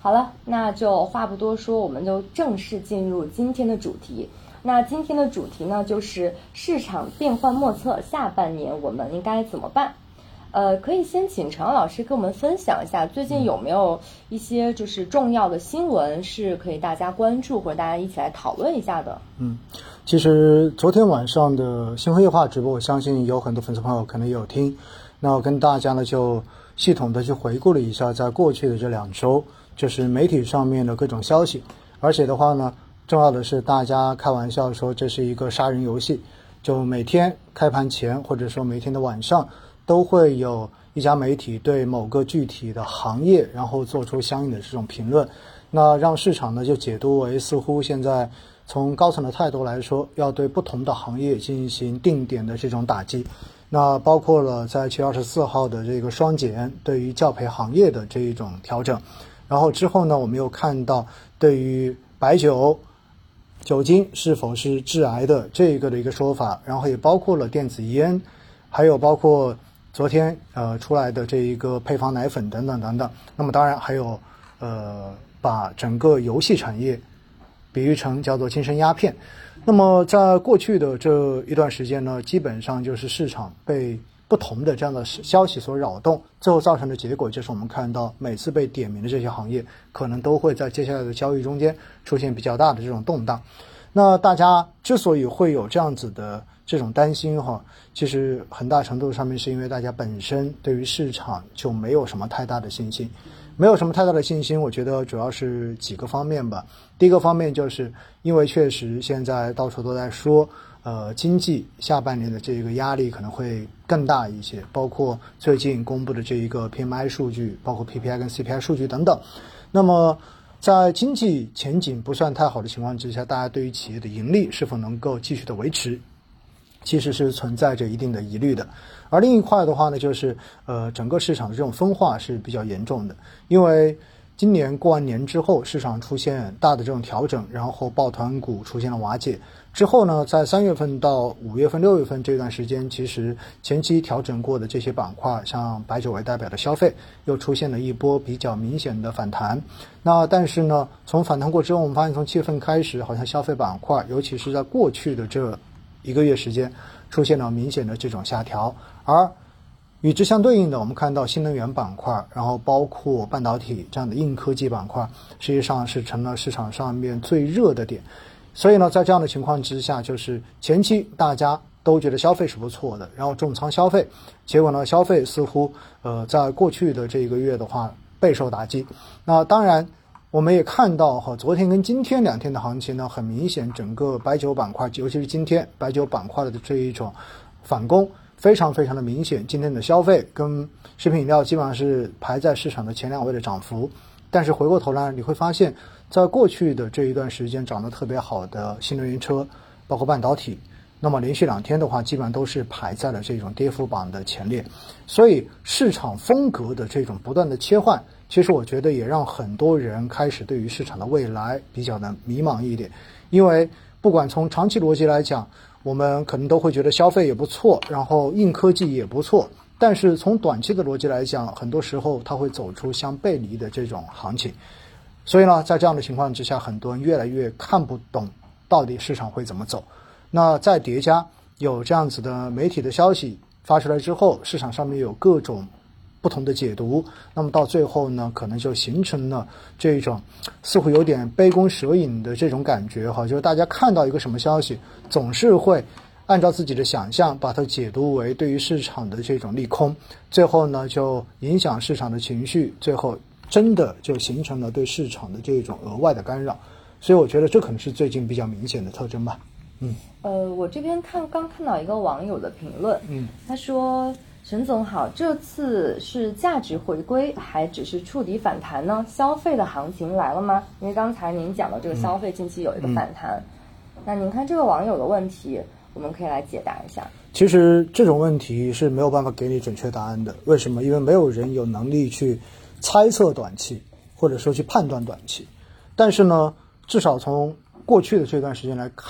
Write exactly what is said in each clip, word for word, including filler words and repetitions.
好了，那就话不多说，我们就正式进入今天的主题。那今天的主题呢，就是市场变幻莫测，下半年我们应该怎么办？呃，可以先请陈老师跟我们分享一下，最近有没有一些就是重要的新闻是可以大家关注或者大家一起来讨论一下的？ 嗯，其实昨天晚上的新会夜话直播，我相信有很多粉丝朋友可能也有听。那我跟大家呢就系统的去回顾了一下，在过去的这两周，就是媒体上面的各种消息。而且的话呢，重要的是大家开玩笑说这是一个杀人游戏，就每天开盘前或者说每天的晚上，都会有一家媒体对某个具体的行业，然后做出相应的这种评论，那让市场呢就解读为似乎现在从高层的态度来说，要对不同的行业进行定点的这种打击。那包括了在七月二十四号的这个双减对于教培行业的这一种调整，然后之后呢，我们又看到对于白酒酒精是否是致癌的这一个的一个说法，然后也包括了电子烟，还有包括昨天呃出来的这一个配方奶粉等等等等。那么当然还有呃把整个游戏产业比喻成叫做精神鸦片。那么在过去的这一段时间呢，基本上就是市场被不同的这样的消息所扰动，最后造成的结果就是我们看到每次被点名的这些行业可能都会在接下来的交易中间出现比较大的这种动荡。那大家之所以会有这样子的这种担心哈，其实很大程度上面是因为大家本身对于市场就没有什么太大的信心。没有什么太大的信心，我觉得主要是几个方面吧。第一个方面就是因为确实现在到处都在说呃，经济下半年的这个压力可能会更大一些，包括最近公布的这一个 P M I 数据，包括 P P I 跟 C P I 数据等等。那么在经济前景不算太好的情况之下，大家对于企业的盈利是否能够继续的维持，其实是存在着一定的疑虑的。而另一块的话呢，就是呃，整个市场的这种分化是比较严重的，因为今年过完年之后，市场出现大的这种调整，然后抱团股出现了瓦解。之后呢，在三月份到五月份、六月份这段时间，其实前期调整过的这些板块，像白酒为代表的消费，又出现了一波比较明显的反弹。那但是呢，从反弹过之后，我们发现从七月份开始，好像消费板块，尤其是在过去的这一个月时间，出现了明显的这种下调。而与之相对应的，我们看到新能源板块，然后包括半导体这样的硬科技板块，实际上是成了市场上面最热的点。所以呢，在这样的情况之下，就是前期大家都觉得消费是不错的，然后重仓消费，结果呢，消费似乎呃在过去的这一个月的话备受打击。那当然我们也看到哈，昨天跟今天两天的行情呢，很明显整个白酒板块，尤其是今天白酒板块的这一种反攻非常非常的明显。今天的消费跟食品饮料基本上是排在市场的前两位的涨幅，但是回过头来你会发现，在过去的这一段时间涨得特别好的新能源车，包括半导体，那么连续两天的话，基本上都是排在了这种跌幅榜的前列。所以市场风格的这种不断的切换，其实我觉得也让很多人开始对于市场的未来比较的迷茫一点。因为不管从长期逻辑来讲，我们可能都会觉得消费也不错，然后硬科技也不错，但是从短期的逻辑来讲，很多时候它会走出相背离的这种行情。所以呢，在这样的情况之下，很多人越来越看不懂到底市场会怎么走。那再叠加有这样子的媒体的消息发出来之后，市场上面有各种不同的解读，那么到最后呢，可能就形成了这种似乎有点杯弓蛇影的这种感觉哈，就是大家看到一个什么消息，总是会按照自己的想象把它解读为对于市场的这种利空，最后呢就影响市场的情绪，最后真的就形成了对市场的这种额外的干扰。所以我觉得这可能是最近比较明显的特征吧。嗯， 呃，我这边看刚看到一个网友的评论，嗯，他说：“陈总好，这次是价值回归，还只是触底反弹呢？消费的行情来了吗？因为刚才您讲的这个消费近期有一个反弹，嗯、那您看这个网友的问题，我们可以来解答一下。 其实这种问题是没有办法给你准确答案的，为什么？因为没有人有能力去猜测短期，或者说去判断短期。但是呢，至少从过去的这段时间来看，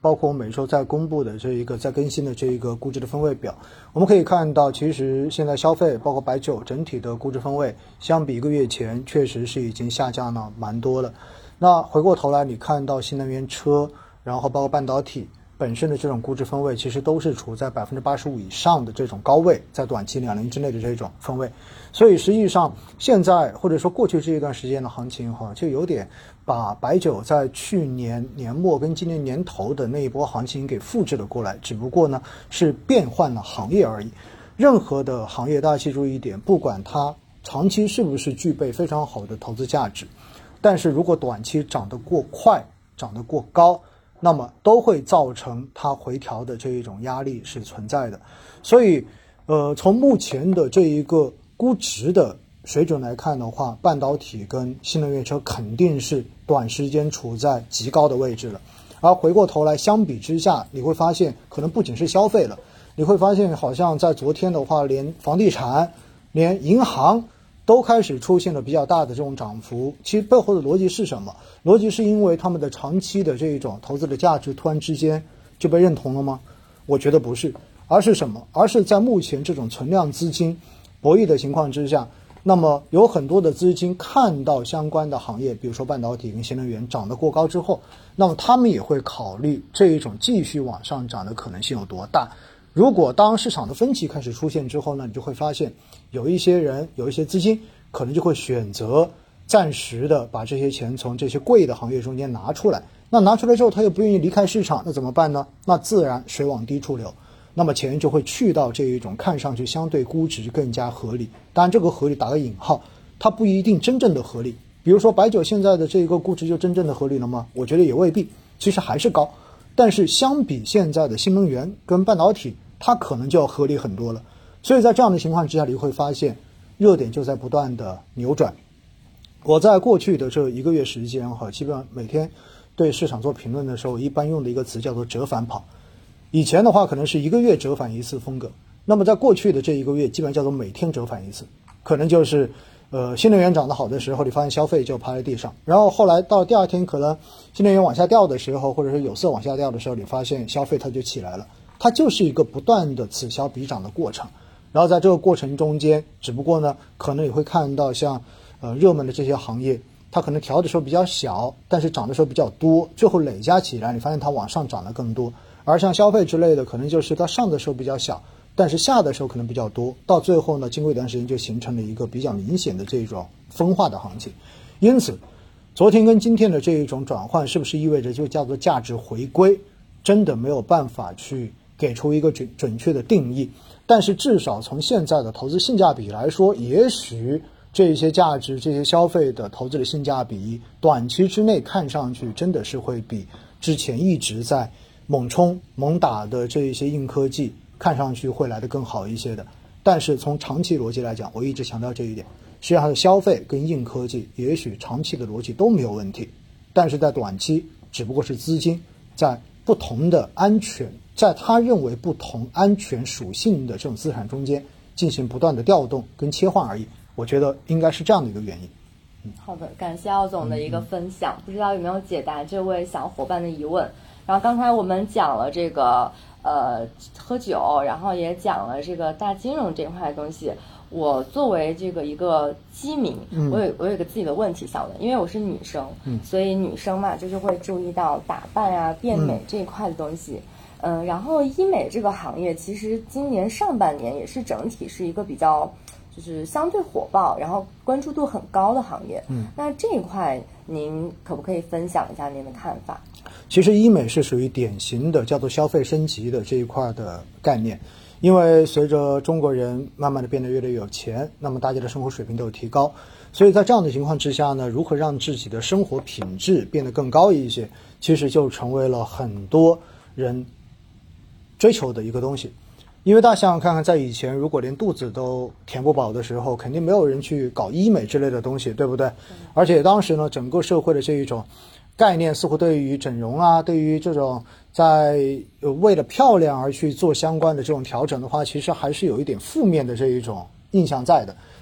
包括我们每周在公布的这一个在更新的这一个估值的分位表，我们可以看到，其实现在消费包括白酒整体的估值分位，相比一个月前确实是已经下降了蛮多了。那回过头来，你看到新能源车，然后包括半导体本身的这种估值分位，其实都是处在百分之八十五以上的这种高位，在短期两年之内的这种分位。所以实际上现在或者说过去这一段时间的行情哈，就有点把白酒在去年年末跟今年年头的那一波行情给复制了过来，只不过呢是变换了行业而已。任何的行业大家记住一点，不管它长期是不是具备非常好的投资价值，但是如果短期涨得过快，涨得过高，那么都会造成它回调的这一种压力是存在的。所以呃，从目前的这一个估值的水准来看的话，半导体跟新能源车肯定是短时间处在极高的位置了。而回过头来相比之下，你会发现可能不仅是消费了，你会发现好像在昨天的话，连房地产连银行都开始出现了比较大的这种涨幅。其实背后的逻辑是什么？逻辑是因为他们的长期的这种投资的价值突然之间就被认同了吗？我觉得不是，而是什么？而是在目前这种存量资金博弈的情况之下，那么有很多的资金看到相关的行业，比如说半导体跟新能源涨得过高之后，那么他们也会考虑这一种继续往上涨的可能性有多大。如果当市场的分歧开始出现之后呢，你就会发现有一些人有一些资金可能就会选择暂时的把这些钱从这些贵的行业中间拿出来，那拿出来之后他又不愿意离开市场，那怎么办呢？那自然水往低处流，那么钱就会去到这一种看上去相对估值更加合理，当然这个合理打个引号，它不一定真正的合理。比如说白酒现在的这个估值就真正的合理了吗？我觉得也未必，其实还是高，但是相比现在的新能源跟半导体，它可能就要合理很多了。所以在这样的情况之下，你会发现热点就在不断的扭转。我在过去的这一个月时间哈，基本上每天对市场做评论的时候，一般用的一个词叫做折返跑。以前的话可能是一个月折返一次风格，那么在过去的这一个月基本上叫做每天折返一次，可能就是呃新能源涨得好的时候，你发现消费就趴在地上，然后后来到第二天可能新能源往下掉的时候，或者是有色往下掉的时候，你发现消费它就起来了。它就是一个不断的此消彼长的过程，然后在这个过程中间，只不过呢可能你会看到像呃热门的这些行业，它可能调的时候比较小，但是涨的时候比较多，最后累加起来你发现它往上涨得更多。而像消费之类的，可能就是它上的时候比较小，但是下的时候可能比较多，到最后呢经过一段时间就形成了一个比较明显的这种分化的行情。因此昨天跟今天的这一种转换，是不是意味着就叫做价值回归？真的没有办法去给出一个准准确的定义，但是至少从现在的投资性价比来说，也许这些价值这些消费的投资的性价比短期之内看上去真的是会比之前一直在猛冲猛打的这一些硬科技看上去会来得更好一些的。但是从长期逻辑来讲，我一直强调这一点，实际上消费跟硬科技也许长期的逻辑都没有问题，但是在短期只不过是资金在不同的安全，在他认为不同安全属性的这种资产中间进行不断的调动跟切换而已，我觉得应该是这样的一个原因。 嗯、好的，感谢奥总的一个分享、嗯、不知道有没有解答这位小伙伴的疑问。然后刚才我们讲了这个呃喝酒，然后也讲了这个大金融这块的东西。我作为这个一个基民，嗯、我有我有一个自己的问题想问，因为我是女生，嗯、所以女生嘛就是会注意到打扮啊、变美这一块的东西。嗯、呃，然后医美这个行业其实今年上半年也是整体是一个比较就是相对火爆，然后关注度很高的行业。嗯，那这一块您可不可以分享一下您的看法？ 其实医美是属于典型的叫做消费升级的这一块的概念，因为随着中国人慢慢的变得越来越有钱，那么大家的生活水平都有提高，所以在这样的情况之下呢，如何让自己的生活品质变得更高一些，其实就成为了很多人追求的一个东西。因为大家想想看看，在以前如果连肚子都填不饱的时候，肯定没有人去搞医美之类的东西，对不对？而且当时呢，整个社会的这一种概念似乎对于整容啊，对于这种在为了漂亮而去做相关的这种调整的话，其实还是有一点负面的这一种印象在的。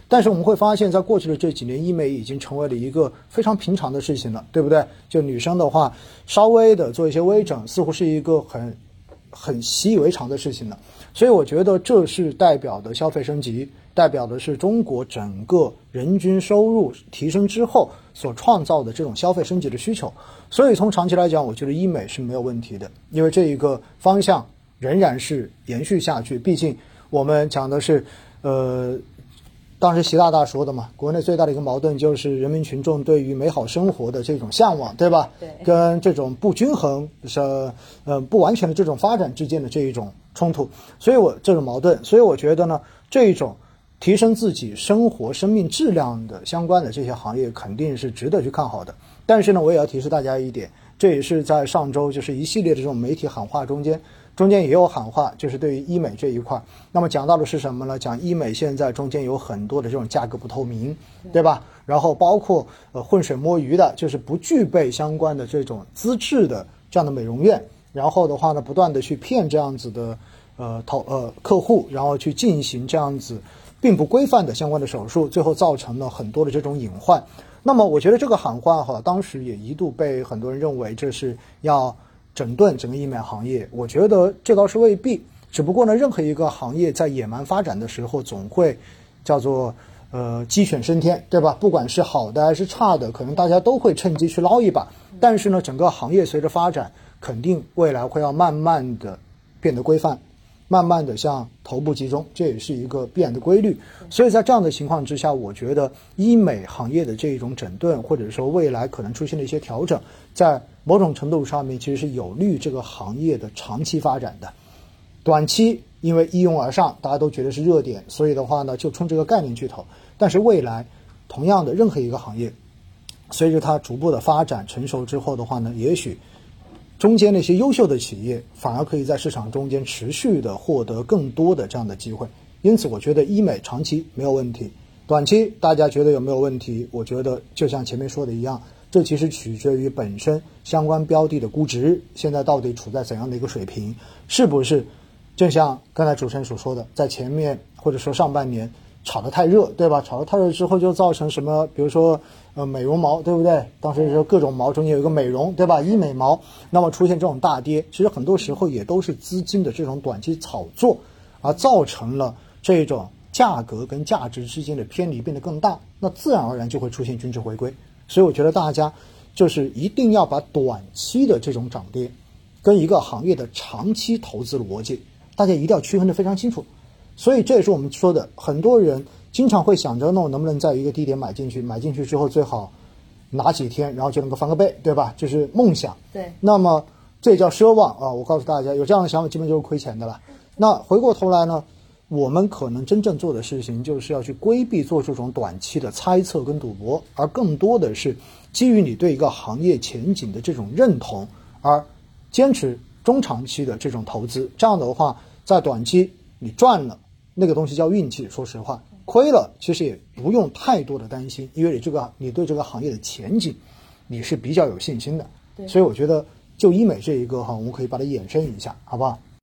但是我们会发现，在过去的这几年，医美已经成为了一个非常平常的事情了，对不对？就女生的话，稍微的做一些微整，似乎是一个很很习以为常的事情了。所以我觉得这是代表的消费升级，代表的是中国整个人均收入提升之后所创造的这种消费升级的需求。所以从长期来讲，我觉得医美是没有问题的，因为这一个方向仍然是延续下去。毕竟我们讲的是呃当时习大大说的嘛，国内最大的一个矛盾就是人民群众对于美好生活的这种向往，对吧？ 对， 跟这种不均衡是呃不完全的这种发展之间的这一种冲突，所以我这种矛盾，所以我觉得呢，这一种提升自己生活生命质量的相关的这些行业肯定是值得去看好的。但是呢，我也要提示大家一点，这也是在上周就是一系列的这种媒体喊话中间中间也有喊话，就是对于医美这一块。那么讲到的是什么呢？讲医美现在中间有很多的这种价格不透明，对吧？然后包括呃浑水摸鱼的，就是不具备相关的这种资质的这样的美容院，然后的话呢，不断的去骗这样子的呃投呃客户，然后去进行这样子并不规范的相关的手术，最后造成了很多的这种隐患。那么我觉得这个喊话哈，当时也一度被很多人认为这是要整顿整个医美行业，我觉得这倒是未必。只不过呢，任何一个行业在野蛮发展的时候，总会叫做呃鸡犬升天，对吧？不管是好的还是差的，可能大家都会趁机去捞一把。但是呢，整个行业随着发展，肯定未来会要慢慢的变得规范，慢慢的向头部集中，这也是一个必然的规律。所以在这样的情况之下，我觉得医美行业的这一种整顿，或者说未来可能出现的一些调整，在某种程度上面其实是有利于这个行业的长期发展的。短期因为一拥而上，大家都觉得是热点，所以的话呢，就冲这个概念去投。但是未来同样的任何一个行业，随着它逐步的发展成熟之后的话呢，也许中间那些优秀的企业反而可以在市场中间持续的获得更多的这样的机会。因此我觉得医美长期没有问题，短期大家觉得有没有问题？我觉得就像前面说的一样，这其实取决于本身相关标的的估值现在到底处在怎样的一个水平，是不是正像刚才主持人所说的，在前面或者说上半年炒得太热，对吧？炒得太热之后就造成什么，比如说呃美容毛，对不对？当时说各种毛中间有一个美容，对吧？医美毛，那么出现这种大跌，其实很多时候也都是资金的这种短期炒作，而造成了这种价格跟价值之间的偏离变得更大，那自然而然就会出现均值回归。所以我觉得大家就是一定要把短期的这种涨跌跟一个行业的长期投资逻辑，大家一定要区分得非常清楚。所以这也是我们说的，很多人经常会想着，那我能不能在一个低点买进去，买进去之后最好拿几天，然后就能够翻个倍，对吧？这是梦想。 对。 那么这叫奢望啊！我告诉大家，有这样的想法基本就是亏钱的了。那回过头来呢，我们可能真正做的事情就是要去规避做这种短期的猜测跟赌博，而更多的是基于你对一个行业前景的这种认同，而坚持中长期的这种投资。这样的话，在短期你赚了，那个东西叫运气，说实话，亏了其实也不用太多的担心，因为你这个你对这个行业的前景你是比较有信心的。所以我觉得就医美这一个哈，我们可以把它衍生一下，好不好？